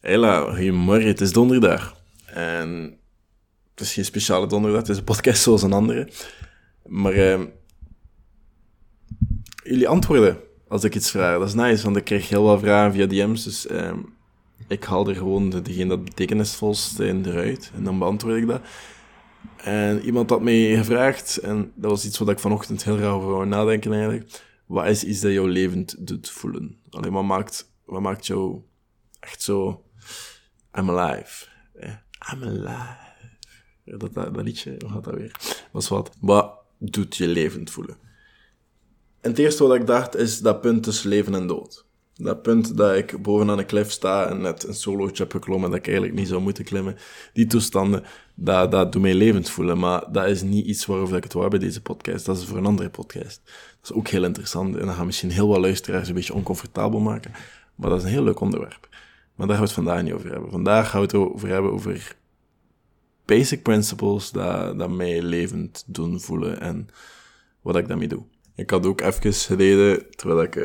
Hela, goedemorgen. Het is donderdag. En het is geen speciale donderdag, het is een podcast zoals een andere. Maar jullie antwoorden als ik iets vraag. Dat is nice, want ik krijg heel wat vragen via DM's. Dus ik haal er gewoon degene dat betekenisvolste in eruit. En dan beantwoord ik dat. En iemand had mij gevraagd, en dat was iets wat ik vanochtend heel graag over wou nadenken eigenlijk. Wat is iets dat jou levend doet voelen? Allee, wat maakt jou echt zo... I'm alive. I'm alive. Dat liedje, hoe gaat dat weer? Was wat. Wat doet je levend voelen? En het eerste wat ik dacht is dat punt tussen leven en dood. Dat punt dat ik bovenaan een klif sta en net een solootje heb geklommen dat ik eigenlijk niet zou moeten klimmen. Die toestanden, dat doet mij levend voelen. Maar dat is niet iets waarover ik het wou hebben, deze podcast. Dat is voor een andere podcast. Dat is ook heel interessant. En dat gaat misschien heel wat luisteraars een beetje oncomfortabel maken. Maar dat is een heel leuk onderwerp. Maar daar gaan we het vandaag niet over hebben. Vandaag gaan we het over hebben over basic principles dat mij levend doen voelen en wat ik daarmee doe. Ik had ook even geleden, terwijl ik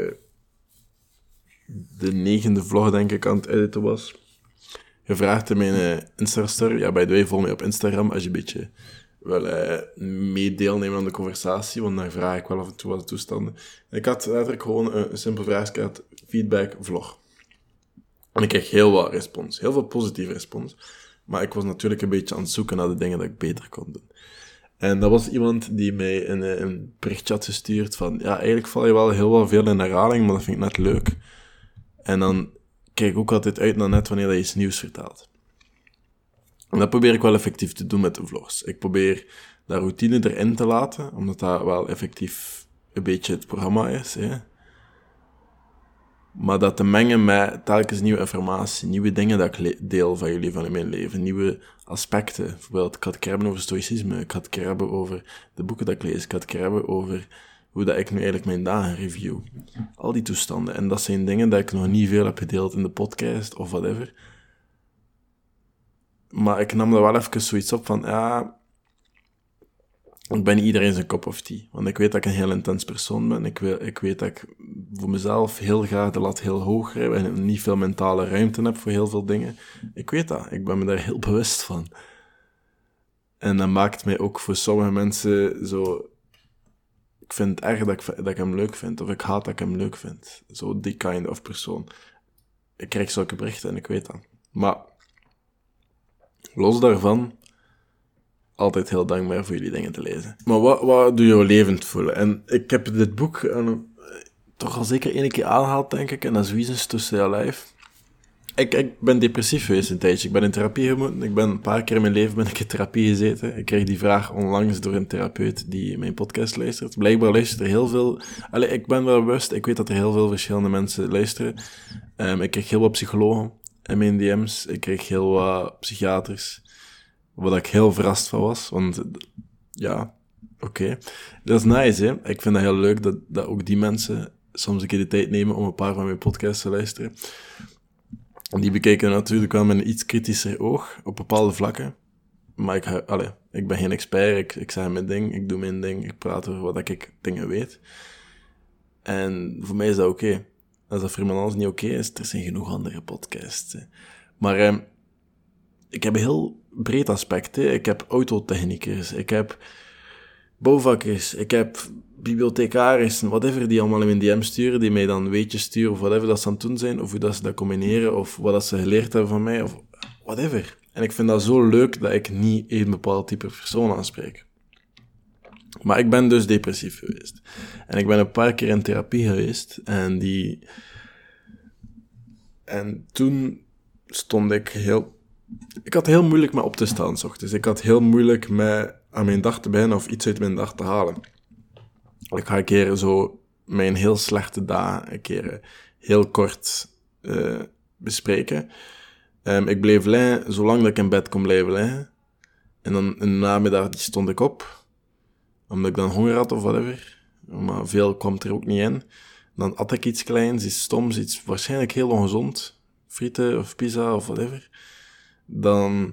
de 9e vlog denk ik aan het editen was, gevraagd in mijn Insta-story. Ja, by the way, volg mij op Instagram als je een beetje wil meedeelnemen aan de conversatie, want daar vraag ik wel af en toe wat de toestanden. En ik had letterlijk gewoon een simpel vraagskaart, feedback, vlog. En ik kreeg heel wat respons. Heel veel positieve respons. Maar ik was natuurlijk een beetje aan het zoeken naar de dingen dat ik beter kon doen. En dat was iemand die mij een berichtje had gestuurd van... Ja, eigenlijk val je wel heel veel in herhaling, maar dat vind ik net leuk. En dan kijk ik ook altijd uit naar net wanneer je iets nieuws vertelt. En dat probeer ik wel effectief te doen met de vlogs. Ik probeer dat routine erin te laten, omdat dat wel effectief een beetje het programma is, hè. Maar dat te mengen met telkens nieuwe informatie, nieuwe dingen dat ik deel van jullie, van in mijn leven, nieuwe aspecten. Bijvoorbeeld, ik had het hebben over stoïcisme, ik had het hebben over de boeken dat ik lees, ik had het hebben over hoe dat ik nu eigenlijk mijn dagen review. Al die toestanden. En dat zijn dingen dat ik nog niet veel heb gedeeld in de podcast, of whatever. Maar ik nam er wel even zoiets op van, ja... Ik ben niet iedereen zijn cup of tea. Want ik weet dat ik een heel intens persoon ben. Ik weet dat ik voor mezelf heel graag de lat heel hoog heb en niet veel mentale ruimte heb voor heel veel dingen. Ik weet dat. Ik ben me daar heel bewust van. En dat maakt mij ook voor sommige mensen zo... Ik vind het erg dat ik hem leuk vind. Of ik haat dat ik hem leuk vind. Zo die kind of persoon. Ik krijg zulke berichten en ik weet dat. Maar los daarvan... Altijd heel dankbaar voor jullie dingen te lezen. Maar wat doe je levend voelen? En ik heb dit boek toch al zeker 1 keer aangehaald, denk ik. En dat is Reasons to Stay Alive. Ik ben depressief geweest een tijdje. Ik ben in therapie gemoeten. Ik ben een paar keer in mijn leven in therapie gezeten. Ik kreeg die vraag onlangs door een therapeut die mijn podcast luistert. Blijkbaar luistert er heel veel... Allee, ik ben wel bewust. Ik weet dat er heel veel verschillende mensen luisteren. Ik kreeg heel wat psychologen in mijn DM's. Ik kreeg heel wat psychiaters. Wat ik heel verrast van was, want ja, oké. Dat is nice, hè. Ik vind het heel leuk dat ook die mensen soms een keer de tijd nemen om een paar van mijn podcasts te luisteren. En die bekijken natuurlijk wel met een iets kritischer oog, op bepaalde vlakken. Maar ik ben geen expert, ik zeg mijn ding, ik doe mijn ding, ik praat over wat ik dingen weet. En voor mij is dat oké. Als dat voor iemand anders niet oké is, er zijn genoeg andere podcasts, hè. Maar ik heb een heel breed aspect. Hè. Ik heb autotechnicers, ik heb bouwvakkers, ik heb bibliothecarissen, whatever, die allemaal in mijn DM sturen, die mij dan weetjes sturen, of whatever dat ze aan het doen zijn, of hoe dat ze dat combineren, of wat dat ze geleerd hebben van mij, of whatever. En ik vind dat zo leuk dat ik niet een bepaald type persoon aanspreek. Maar ik ben dus depressief geweest. En ik ben een paar keer in therapie geweest, en toen stond ik Ik had heel moeilijk met op te staan 's ochtends. Ik had heel moeilijk met aan mijn dag te beginnen of iets uit mijn dag te halen. Ik ga een keer zo mijn heel slechte dag een keer heel kort bespreken. Ik bleef liggen zolang dat ik in bed kon blijven liggen. En dan in de namiddag stond ik op, omdat ik dan honger had of whatever. Maar veel kwam er ook niet in. Dan at ik iets kleins, iets stoms, iets waarschijnlijk heel ongezond. Frieten of pizza of whatever. Dan...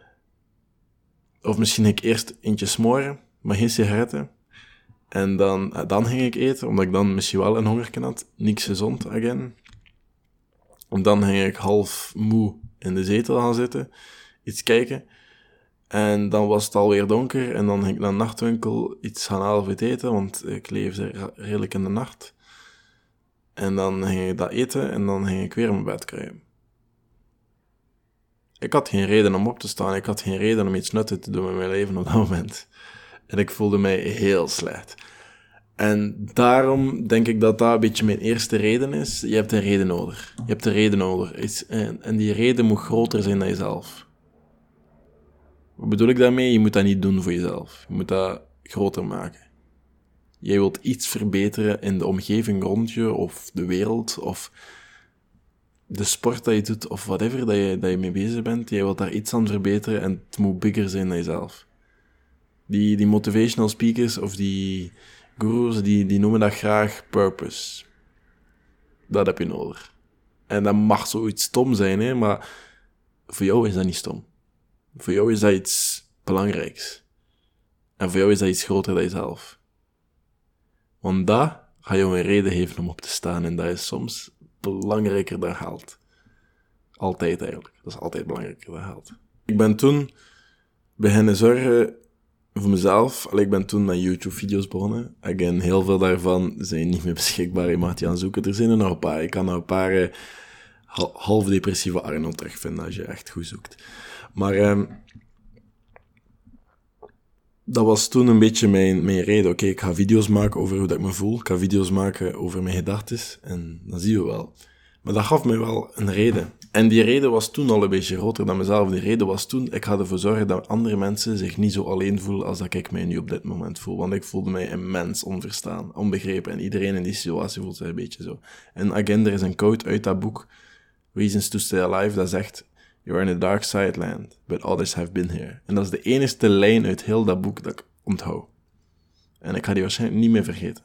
Of misschien ging ik eerst eentje smoren, maar geen sigaretten. En dan ging ik eten, omdat ik dan misschien wel een hongerken had. Niks gezond, again. En dan ging ik half moe in de zetel gaan zitten, iets kijken. En dan was het alweer donker en dan ging ik naar de nachtwinkel iets gaan halen voor het eten, want ik leefde redelijk in de nacht. En dan ging ik dat eten en dan ging ik weer in mijn bed kruipen. Ik had geen reden om op te staan, ik had geen reden om iets nuttigs te doen in mijn leven op dat moment. En ik voelde mij heel slecht. En daarom denk ik dat dat een beetje mijn eerste reden is. Je hebt een reden nodig. Je hebt een reden nodig. En die reden moet groter zijn dan jezelf. Wat bedoel ik daarmee? Je moet dat niet doen voor jezelf. Je moet dat groter maken. Jij wilt iets verbeteren in de omgeving rond je, of de wereld, of de sport dat je doet, of whatever dat je mee bezig bent. Jij wilt daar iets aan verbeteren en het moet bigger zijn dan jezelf. Die motivational speakers of die gurus, die noemen dat graag purpose. Dat heb je nodig. En dat mag zoiets stom zijn, hè, maar voor jou is dat niet stom. Voor jou is dat iets belangrijks. En voor jou is dat iets groter dan jezelf. Want dat ga je een reden geven om op te staan. En dat is soms belangrijker dan geld. Altijd eigenlijk. Dat is altijd belangrijker dan geld. Ik ben toen beginnen zorgen voor mezelf. Ik ben toen met YouTube-video's begonnen. Again, heel veel daarvan zijn niet meer beschikbaar. Je mag die aan zoeken. Er zijn er nog een paar. Ik kan nog een paar half depressieve Arno terugvinden als je echt goed zoekt. Maar dat was toen een beetje mijn reden. Oké, ik ga video's maken over hoe dat ik me voel. Ik ga video's maken over mijn gedachten. En dat zien we wel. Maar dat gaf me wel een reden. En die reden was toen al een beetje groter dan mezelf. Die reden was toen, ik ga ervoor zorgen dat andere mensen zich niet zo alleen voelen als dat ik mij nu op dit moment voel. Want ik voelde mij immens onverstaan, onbegrepen. En iedereen in die situatie voelt zich een beetje zo. En again, er is een quote uit dat boek, Reasons to Stay Alive, dat zegt, "You're in a dark side land, but others have been here." En dat is de enige lijn uit heel dat boek dat ik onthoud. En ik ga die waarschijnlijk niet meer vergeten.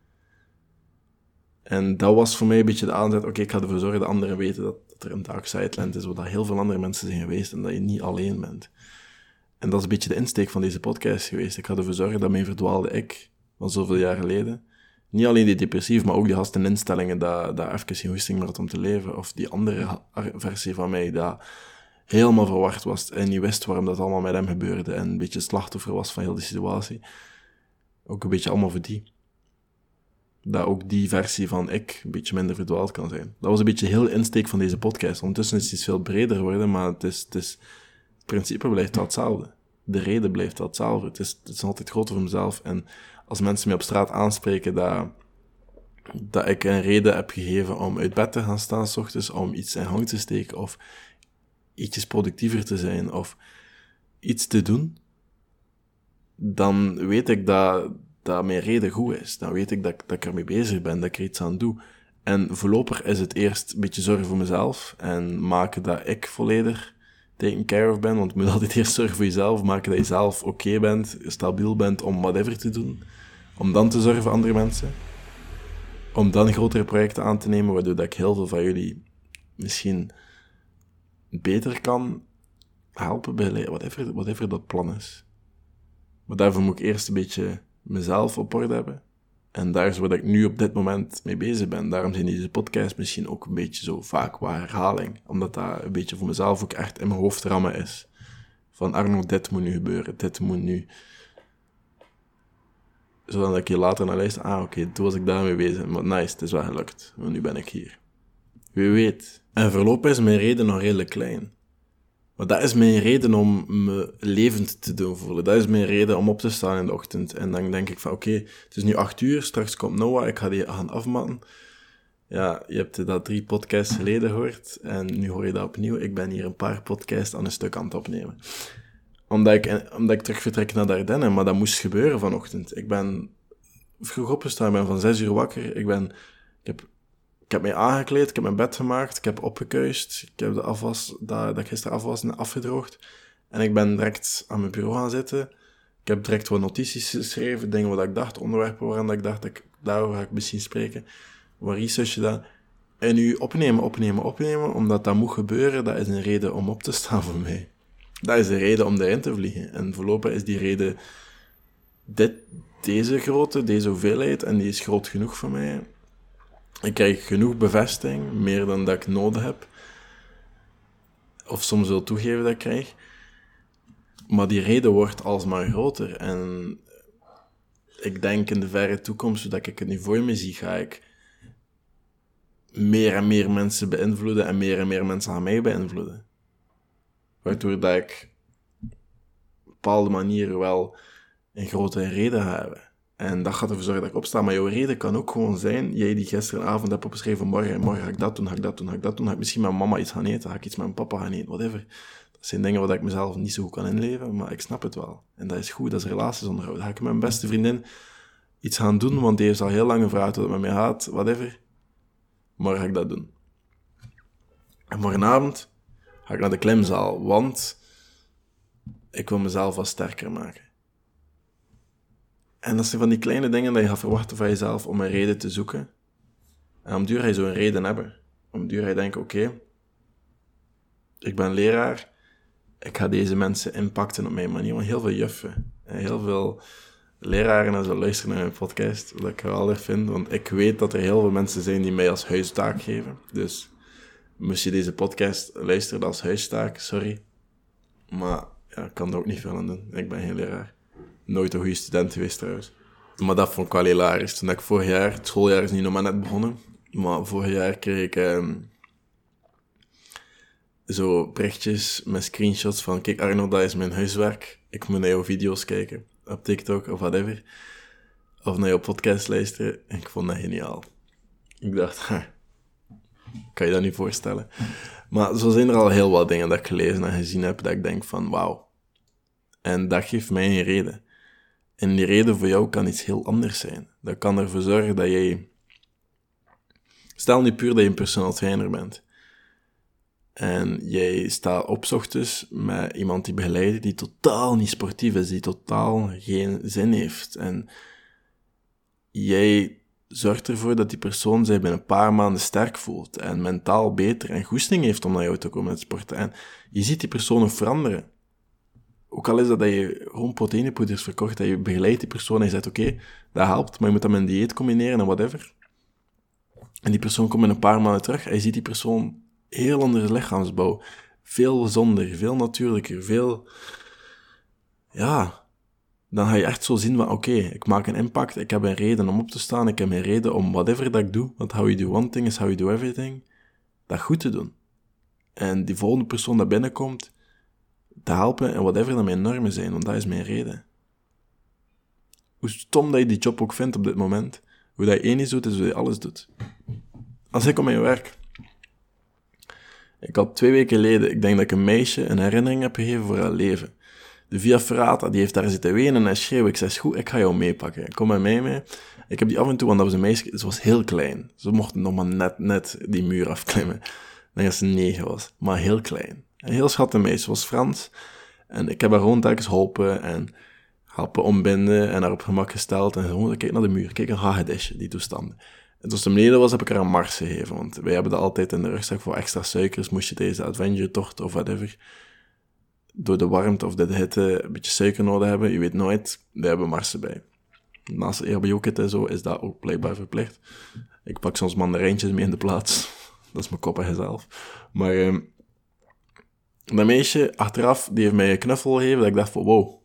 En dat was voor mij een beetje de aanzet, oké, ik ga ervoor zorgen dat anderen weten dat er een dark side land is, waar dat heel veel andere mensen zijn geweest en dat je niet alleen bent. En dat is een beetje de insteek van deze podcast geweest. Ik ga ervoor zorgen dat mijn verdwaalde ik, van zoveel jaar geleden, niet alleen die depressief, maar ook die gasten instellingen dat even geen hoesting meer had om te leven, of die andere versie van mij, dat helemaal verward was en niet wist waarom dat allemaal met hem gebeurde en een beetje slachtoffer was van heel die situatie. Ook een beetje allemaal voor die. Dat ook die versie van ik een beetje minder verdwaald kan zijn. Dat was een beetje heel de insteek van deze podcast. Ondertussen is het iets veel breder geworden, maar het principe blijft wel hetzelfde. De reden blijft wel hetzelfde. Het is altijd groter voor mezelf. En als mensen mij op straat aanspreken dat ik een reden heb gegeven om uit bed te gaan staan 's ochtends, om iets in gang te steken, of ietsjes productiever te zijn, of iets te doen, dan weet ik dat mijn reden goed is. Dan weet ik dat ik ermee bezig ben, dat ik er iets aan doe. En voorlopig is het eerst een beetje zorgen voor mezelf en maken dat ik volledig taken care of ben, want je moet altijd eerst zorgen voor jezelf, maken dat je zelf oké bent, stabiel bent om whatever te doen, om dan te zorgen voor andere mensen, om dan grotere projecten aan te nemen, waardoor dat ik heel veel van jullie misschien beter kan helpen, begeleiden, whatever dat plan is. Maar daarvoor moet ik eerst een beetje mezelf op orde hebben. En daar is wat ik nu op dit moment mee bezig ben. Daarom zijn deze podcasts misschien ook een beetje zo vaak qua herhaling. Omdat dat een beetje voor mezelf ook echt in mijn hoofd rammen is. Van Arno, dit moet nu gebeuren, dit moet nu. Zodat ik hier later naar luister. Oké, toen was ik daarmee bezig. Maar nice, het is wel gelukt. Want nu ben ik hier. Wie weet. En voorlopig is mijn reden nog redelijk klein. Maar dat is mijn reden om me levend te doen voelen. Dat is mijn reden om op te staan in de ochtend. En dan denk ik van, oké, het is nu 8:00, straks komt Noah, ik ga die gaan afmatten. Ja, je hebt dat 3 podcasts geleden gehoord, en nu hoor je dat opnieuw. Ik ben hier een paar podcasts aan een stuk aan het opnemen. Omdat ik terug vertrek naar de Ardennen, maar dat moest gebeuren vanochtend. Ik ben vroeg opgestaan, ik ben van 6 uur wakker. Ik heb mij aangekleed, ik heb mijn bed gemaakt, ik heb opgekuist, ik heb de afwas, dat ik gisteren afwas en afgedroogd. En ik ben direct aan mijn bureau gaan zitten. Ik heb direct wat notities geschreven, dingen wat ik dacht, onderwerpen waaraan ik dacht, daarover ga ik misschien spreken. Wat research je dan? En nu opnemen, omdat dat moet gebeuren, dat is een reden om op te staan voor mij. Dat is de reden om erin te vliegen. En voorlopig is die reden deze grootte, deze hoeveelheid, en die is groot genoeg voor mij. Ik krijg genoeg bevestiging, meer dan dat ik nodig heb. of soms wil toegeven dat ik krijg. Maar die reden wordt alsmaar groter. En ik denk in de verre toekomst, zodat ik het nu voor me zie, ga ik meer en meer mensen beïnvloeden en meer mensen gaan mij beïnvloeden. Waardoor dat ik op bepaalde manieren wel een grotere reden ga hebben. En dat gaat ervoor zorgen dat ik opsta. Maar jouw reden kan ook gewoon zijn, jij die gisteravond hebt opgeschreven, morgen ga ik dat doen, ga ik misschien met mijn mama iets gaan eten, ga ik iets met mijn papa gaan eten, whatever. Dat zijn dingen waar ik mezelf niet zo goed kan inleven, maar ik snap het wel. En dat is goed, dat is relaties onderhouden. Ga ik met mijn beste vriendin iets gaan doen, want die heeft al heel lang gevraagd wat het met mij gaat, whatever. Morgen ga ik dat doen. En morgenavond ga ik naar de klimzaal, want ik wil mezelf wat sterker maken. En dat zijn van die kleine dingen dat je gaat verwachten van jezelf om een reden te zoeken. En om duur ga je zo'n reden hebben. Om duur ga je denken, oké, ik ben leraar, ik ga deze mensen impacten op mijn manier. Want heel veel juffen en heel veel leraren en zo luisteren naar mijn podcast, wat ik geweldig vind. Want ik weet dat er heel veel mensen zijn die mij als huistaak geven. Dus moest je deze podcast luisteren als huistaak, sorry. Maar ja, ik kan er ook niet veel aan doen. Ik ben geen leraar. Nooit een goede student geweest trouwens. Maar dat vond ik wel hilarisch. Toen ik vorig jaar, het schooljaar is niet nog maar net begonnen, maar vorig jaar kreeg ik zo berichtjes met screenshots van, kijk Arno, dat is mijn huiswerk. Ik moet naar jouw video's kijken, op TikTok of whatever. Of naar jouw podcast luisteren. En ik vond dat geniaal. Ik dacht, kan je dat niet voorstellen? Maar zo zijn er al heel wat dingen dat ik gelezen en gezien heb, dat ik denk van, wauw. En dat geeft mij een reden. En die reden voor jou kan iets heel anders zijn. Dat kan ervoor zorgen dat jij... Stel nu puur dat je een personal trainer bent. En jij staat op 's ochtends met iemand die begeleidt die totaal niet sportief is, die totaal geen zin heeft. En jij zorgt ervoor dat die persoon zich binnen een paar maanden sterk voelt en mentaal beter en goesting heeft om naar jou te komen met sporten. En je ziet die persoon ook veranderen. Ook al is dat je gewoon proteïnepoeders verkocht, dat je begeleidt die persoon en je zegt, oké, dat helpt, maar je moet dat met een dieet combineren en whatever. En die persoon komt in een paar maanden terug en je ziet die persoon heel andere lichaamsbouw. Veel gezonder, veel natuurlijker, veel... Ja, dan ga je echt zo zien van, oké, ik maak een impact, ik heb een reden om op te staan, ik heb een reden om whatever dat ik doe, want how you do one thing is how you do everything, dat goed te doen. En die volgende persoon dat binnenkomt, te helpen en whatever dat mijn normen zijn, want dat is mijn reden. Hoe stom dat je die job ook vindt op dit moment, hoe dat je één iets doet, is hoe je alles doet. Als ik op mijn werk... Ik had 2 weken geleden, ik denk dat ik een meisje een herinnering heb gegeven voor haar leven. De Via Ferrata, die heeft daar zitten wenen en schreeuwen. Ik zei, goed, ik ga jou meepakken. Kom met mij mee. Ik heb die af en toe, want dat was een meisje, ze was heel klein. Ze mocht nog maar net die muur afklimmen. Ik denk dat ze 9 was, maar heel klein. Een heel schattig meisje, ze was Frans. En ik heb haar gewoon telkens geholpen en helpen ombinden en haar op gemak gesteld. En gewoon, kijk naar de muur, kijk een hagedisje, die toestanden. En toen ze beneden was, heb ik haar een Mars gegeven. Want wij hebben dat altijd in de rugzak voor extra suikers. Moest je deze adventure-tocht of whatever, door de warmte of de hitte, een beetje suiker nodig hebben. Je weet nooit, wij hebben Marsen bij. Naast de EHBO-kit en zo is dat ook blijkbaar verplicht. Ik pak soms mandarijntjes mee in de plaats. Dat is mijn koppige zelf. Maar dat meisje, achteraf, die heeft mij een knuffel gegeven, dat ik dacht van, wow.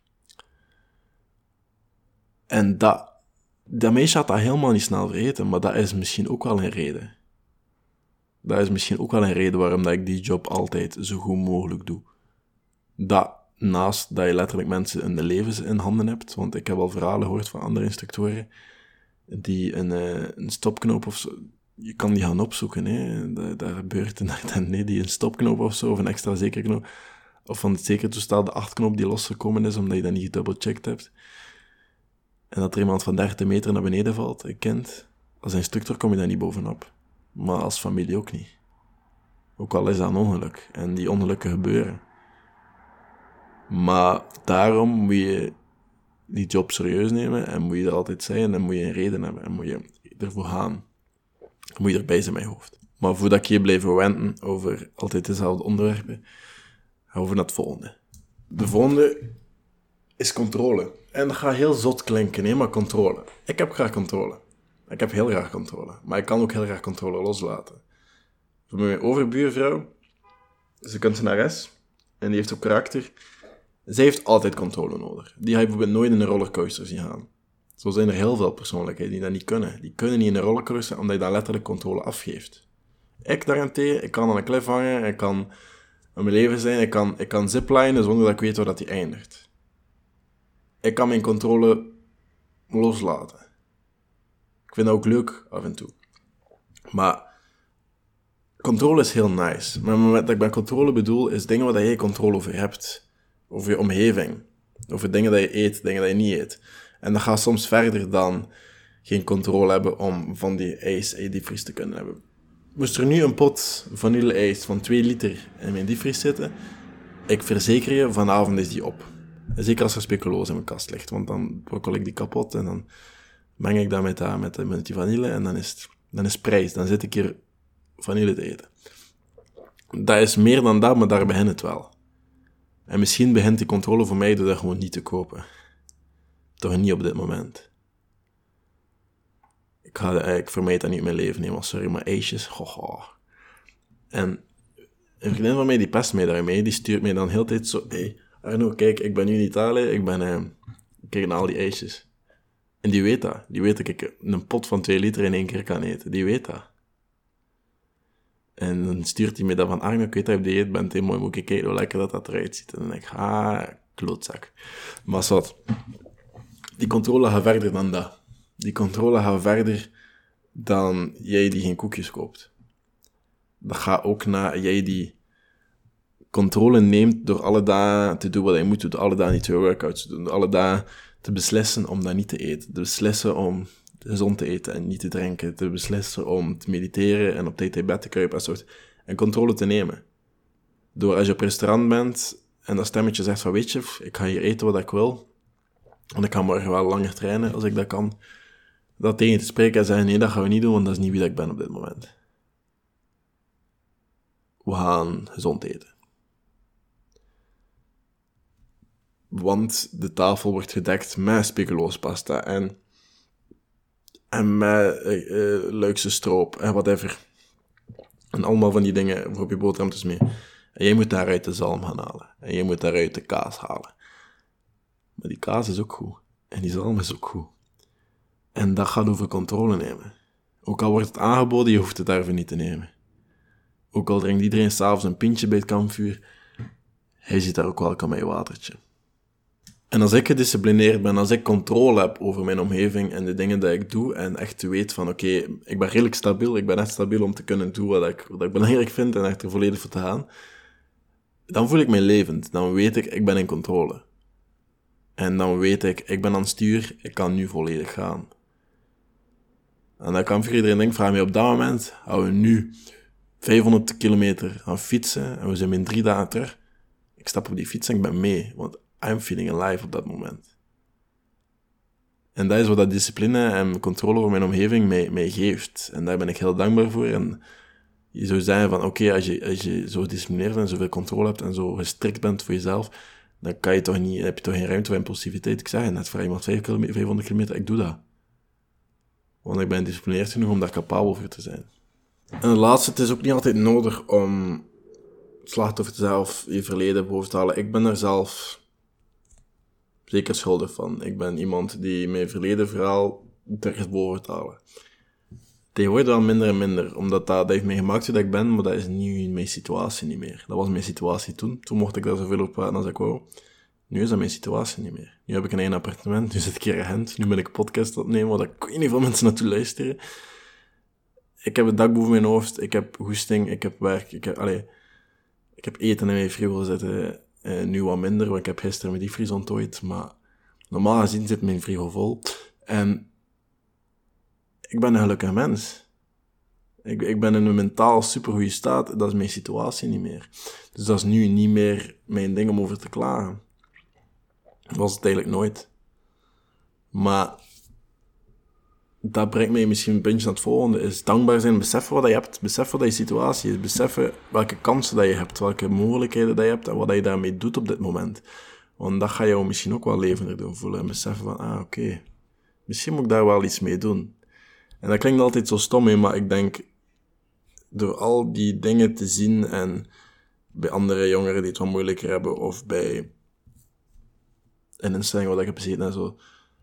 En dat meisje had dat helemaal niet snel vergeten, maar dat is misschien ook wel een reden. Dat is misschien ook wel een reden waarom dat ik die job altijd zo goed mogelijk doe. Dat, naast dat je letterlijk mensen in de levens in handen hebt, want ik heb al verhalen gehoord van andere instructoren, die een stopknoop of zo, je kan die gaan opzoeken, hè. Dat gebeurt nee, die een stopknoop of zo, of een extra zekerknoop, of van het zekertoestel de 8-knoop die losgekomen is, omdat je dat niet gedubbelcheckt hebt. En dat er iemand van 30 meter naar beneden valt, een kind. Als instructor kom je daar niet bovenop. Maar als familie ook niet. Ook al is dat een ongeluk. En die ongelukken gebeuren. Maar daarom moet je die job serieus nemen. En moet je er altijd zijn. En moet je een reden hebben. En moet je ervoor gaan. Dan moet je erbij zijn met je hoofd. Maar voordat ik hier blijf wenten over altijd dezelfde onderwerpen, gaan we naar het volgende. De volgende is controle. En dat gaat heel zot klinken, hè, maar controle. Ik heb graag controle. Ik heb heel graag controle. Maar ik kan ook heel graag controle loslaten. Voor mijn overbuurvrouw, is een kunstenares. En die heeft ook karakter. Zij heeft altijd controle nodig. Die ga je bijvoorbeeld nooit in een rollercoaster zien gaan. Zo zijn er heel veel persoonlijkheden die dat niet kunnen. Die kunnen niet in een rollercoaster, omdat je daar letterlijk controle afgeeft. Ik daarentegen, ik kan aan een klif hangen, ik kan in mijn leven zijn, ik kan ziplinen zonder dat ik weet waar dat die eindigt. Ik kan mijn controle loslaten. Ik vind dat ook leuk, af en toe. Maar controle is heel nice. Maar op het moment dat ik bij controle bedoel, is dingen waar je controle over hebt. Over je omgeving. Over dingen dat je eet, dingen dat je niet eet. En dat gaat soms verder dan geen controle hebben om van die ijs in je diepvries te kunnen hebben. Moest er nu een pot vanille-ijs van 2 liter in mijn diepvries zitten, ik verzeker je, vanavond is die op. En zeker als er speculoos in mijn kast ligt, want dan brokkel ik die kapot en dan meng ik dat met die vanille en dan is het prijs. Dan zit ik hier vanille te eten. Dat is meer dan dat, maar daar begint het wel. En misschien begint die controle voor mij door dat gewoon niet te kopen. Toch niet op dit moment. Ik vermijd dat niet in mijn leven, helemaal sorry, maar ijsjes, En een vriendin van mij, die pest mij daarmee, die stuurt mij dan heel de tijd zo, hey, Arno, kijk, ik ben nu in Italië, ik kijk naar al die ijsjes. En die weet dat. Die weet dat ik een pot van 2 liter in 1 keer kan eten. Die weet dat. En dan stuurt hij me dat van, Arno, ik weet dat je op dieet bent, hey, mooi, moet ik kijken hoe lekker dat eruit ziet. En dan denk ik, klootzak. Maar wat, die controle gaat verder dan dat. Die controle gaat verder dan jij die geen koekjes koopt. Dat gaat ook naar jij die controle neemt door alle dagen te doen wat je moet doen, door alle dagen niet twee workouts te doen, door alle dagen te beslissen om dat niet te eten, te beslissen om gezond te eten en niet te drinken, te beslissen om te mediteren en op tijd in bed te kruipen en controle te nemen. Door als je op restaurant bent en dat stemmetje zegt van, weet je, ik ga hier eten wat ik wil, want ik kan morgen wel langer trainen als ik dat kan, dat tegen te spreken en zeggen, nee, dat gaan we niet doen, want dat is niet wie dat ik ben op dit moment. We gaan gezond eten. Want de tafel wordt gedekt met speculoospasta en met Luikse stroop en whatever. En allemaal van die dingen voor op je boterhammetjes mee. En jij moet daaruit de zalm gaan halen. En jij moet daaruit de kaas halen. Maar die kaas is ook goed. En die zalm is ook goed. En dat gaat over controle nemen. Ook al wordt het aangeboden, je hoeft het daarvoor niet te nemen. Ook al drinkt iedereen s'avonds een pintje bij het kampvuur, hij zit daar ook welkom met je watertje. En als ik gedisciplineerd ben, als ik controle heb over mijn omgeving en de dingen die ik doe, en echt weet van, oké, ik ben redelijk stabiel, ik ben echt stabiel om te kunnen doen wat ik belangrijk vind en echt er volledig voor te gaan, dan voel ik mij levend. Dan weet ik ben in controle. En dan weet ik ben aan het stuur, ik kan nu volledig gaan. En dan kan voor iedereen denken, vraag mij op dat moment, gaan we nu 500 kilometer gaan fietsen en we zijn in 3 dagen terug. Ik stap op die fiets en ik ben mee, want I'm feeling alive op dat moment. En dat is wat dat discipline en controle over mijn omgeving mij geeft. En daar ben ik heel dankbaar voor. En je zou zeggen van, oké, als je zo gedisciplineerd bent en zoveel controle hebt en zo gestrikt bent voor jezelf, dan heb je toch geen ruimte voor impulsiviteit. Ik zeg net, vraag iemand 500 kilometer, ik doe dat. Want ik ben gedisciplineerd genoeg om daar capabel voor te zijn. En het laatste, het is ook niet altijd nodig om slachtoffer zelf je verleden boven te halen. Ik ben er zelf zeker schuldig van. Ik ben iemand die mijn verleden verhaal terug boven te halen. Tegenwoordig wel minder en minder, omdat dat heeft mij gemaakt wie dat ik ben, maar dat is nu mijn situatie niet meer. Dat was mijn situatie toen. Toen mocht ik daar zoveel op praten als ik wou. Nu is dat mijn situatie niet meer. Nu heb ik een eigen appartement, nu zit ik hier in Gent, nu ben ik een podcast opnemen, waar ik weet niet veel mensen naartoe luisteren. Ik heb het dak boven mijn hoofd, ik heb goesting, ik heb werk, ik heb eten in mijn frigo zitten. Nu wat minder, want ik heb gisteren mijn diepvries onttooid, maar normaal gezien zit mijn frigo vol. En ik ben een gelukkig mens. Ik ben in een mentaal supergoeie staat, dat is mijn situatie niet meer. Dus dat is nu niet meer mijn ding om over te klagen. Dat was het eigenlijk nooit. Maar dat brengt mij misschien een puntje naar het volgende, is dankbaar zijn, beseffen wat je hebt, beseffen wat je situatie is, beseffen welke kansen dat je hebt, welke mogelijkheden dat je hebt en wat je daarmee doet op dit moment. Want dat gaat jou misschien ook wel levendig doen voelen en beseffen van, oké, misschien moet ik daar wel iets mee doen. En dat klinkt altijd zo stom, maar ik denk, door al die dingen te zien en bij andere jongeren die het wat moeilijker hebben, of bij een instelling waar ik heb gezeten en zo,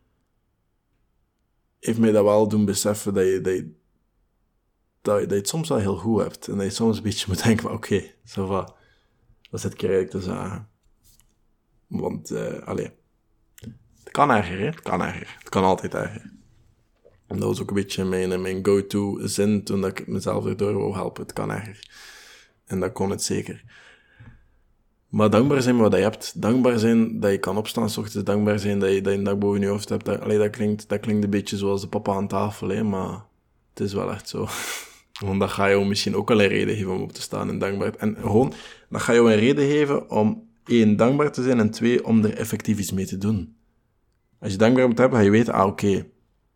heeft mij dat wel doen beseffen dat je het soms wel heel goed hebt. En dat je soms een beetje moet denken van, oké, zo wat zit ik hier eigenlijk te zeggen? Want, het kan erger, hè? Het kan erger. Het kan altijd erger. En dat was ook een beetje mijn go-to zin toen dat ik mezelf erdoor wou helpen. Het kan erger. En dat kon het zeker. Maar dankbaar zijn met wat je hebt. Dankbaar zijn dat je kan opstaan 's ochtends. Dankbaar zijn dat je een dak boven je hoofd hebt. Dat klinkt een beetje zoals de papa aan tafel, hè? Maar het is wel echt zo. Want dat gaat jou misschien ook wel een reden geven om op te staan en dankbaar. En gewoon, dat gaat jou een reden geven om 1, dankbaar te zijn en 2, om er effectief iets mee te doen. Als je dankbaar moet hebben, ga je weten, oké.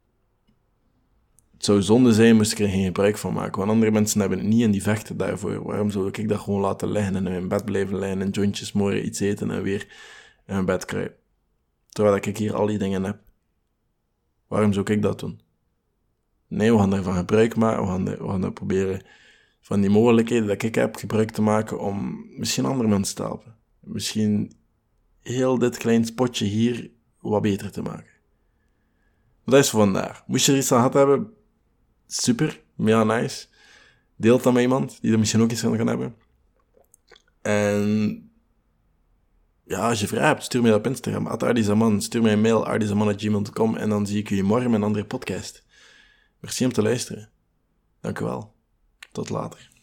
Het zou zonde zijn, moest ik er geen gebruik van maken. Want andere mensen hebben het niet en die vechten daarvoor. Waarom zou ik dat gewoon laten liggen en in mijn bed blijven liggen en jointjes morgen iets eten en weer in mijn bed kruipen? Terwijl ik hier al die dingen heb. Waarom zou ik dat doen? Nee, we gaan ervan gebruik maken. We gaan er proberen van die mogelijkheden dat ik heb gebruik te maken om misschien andere mensen te helpen. Misschien heel dit klein spotje hier wat beter te maken. Maar dat is voor vandaag. Moest je er iets aan gehad hebben, super, mega nice. Deel dat met iemand die er misschien ook iets aan kan hebben. En ja, als je vragen hebt, stuur mij dat op Instagram, @ardizaman. Stuur mij een mail, ardizaman@gmail.com, en dan zie ik je morgen met een andere podcast. Merci om te luisteren. Dank u wel. Tot later.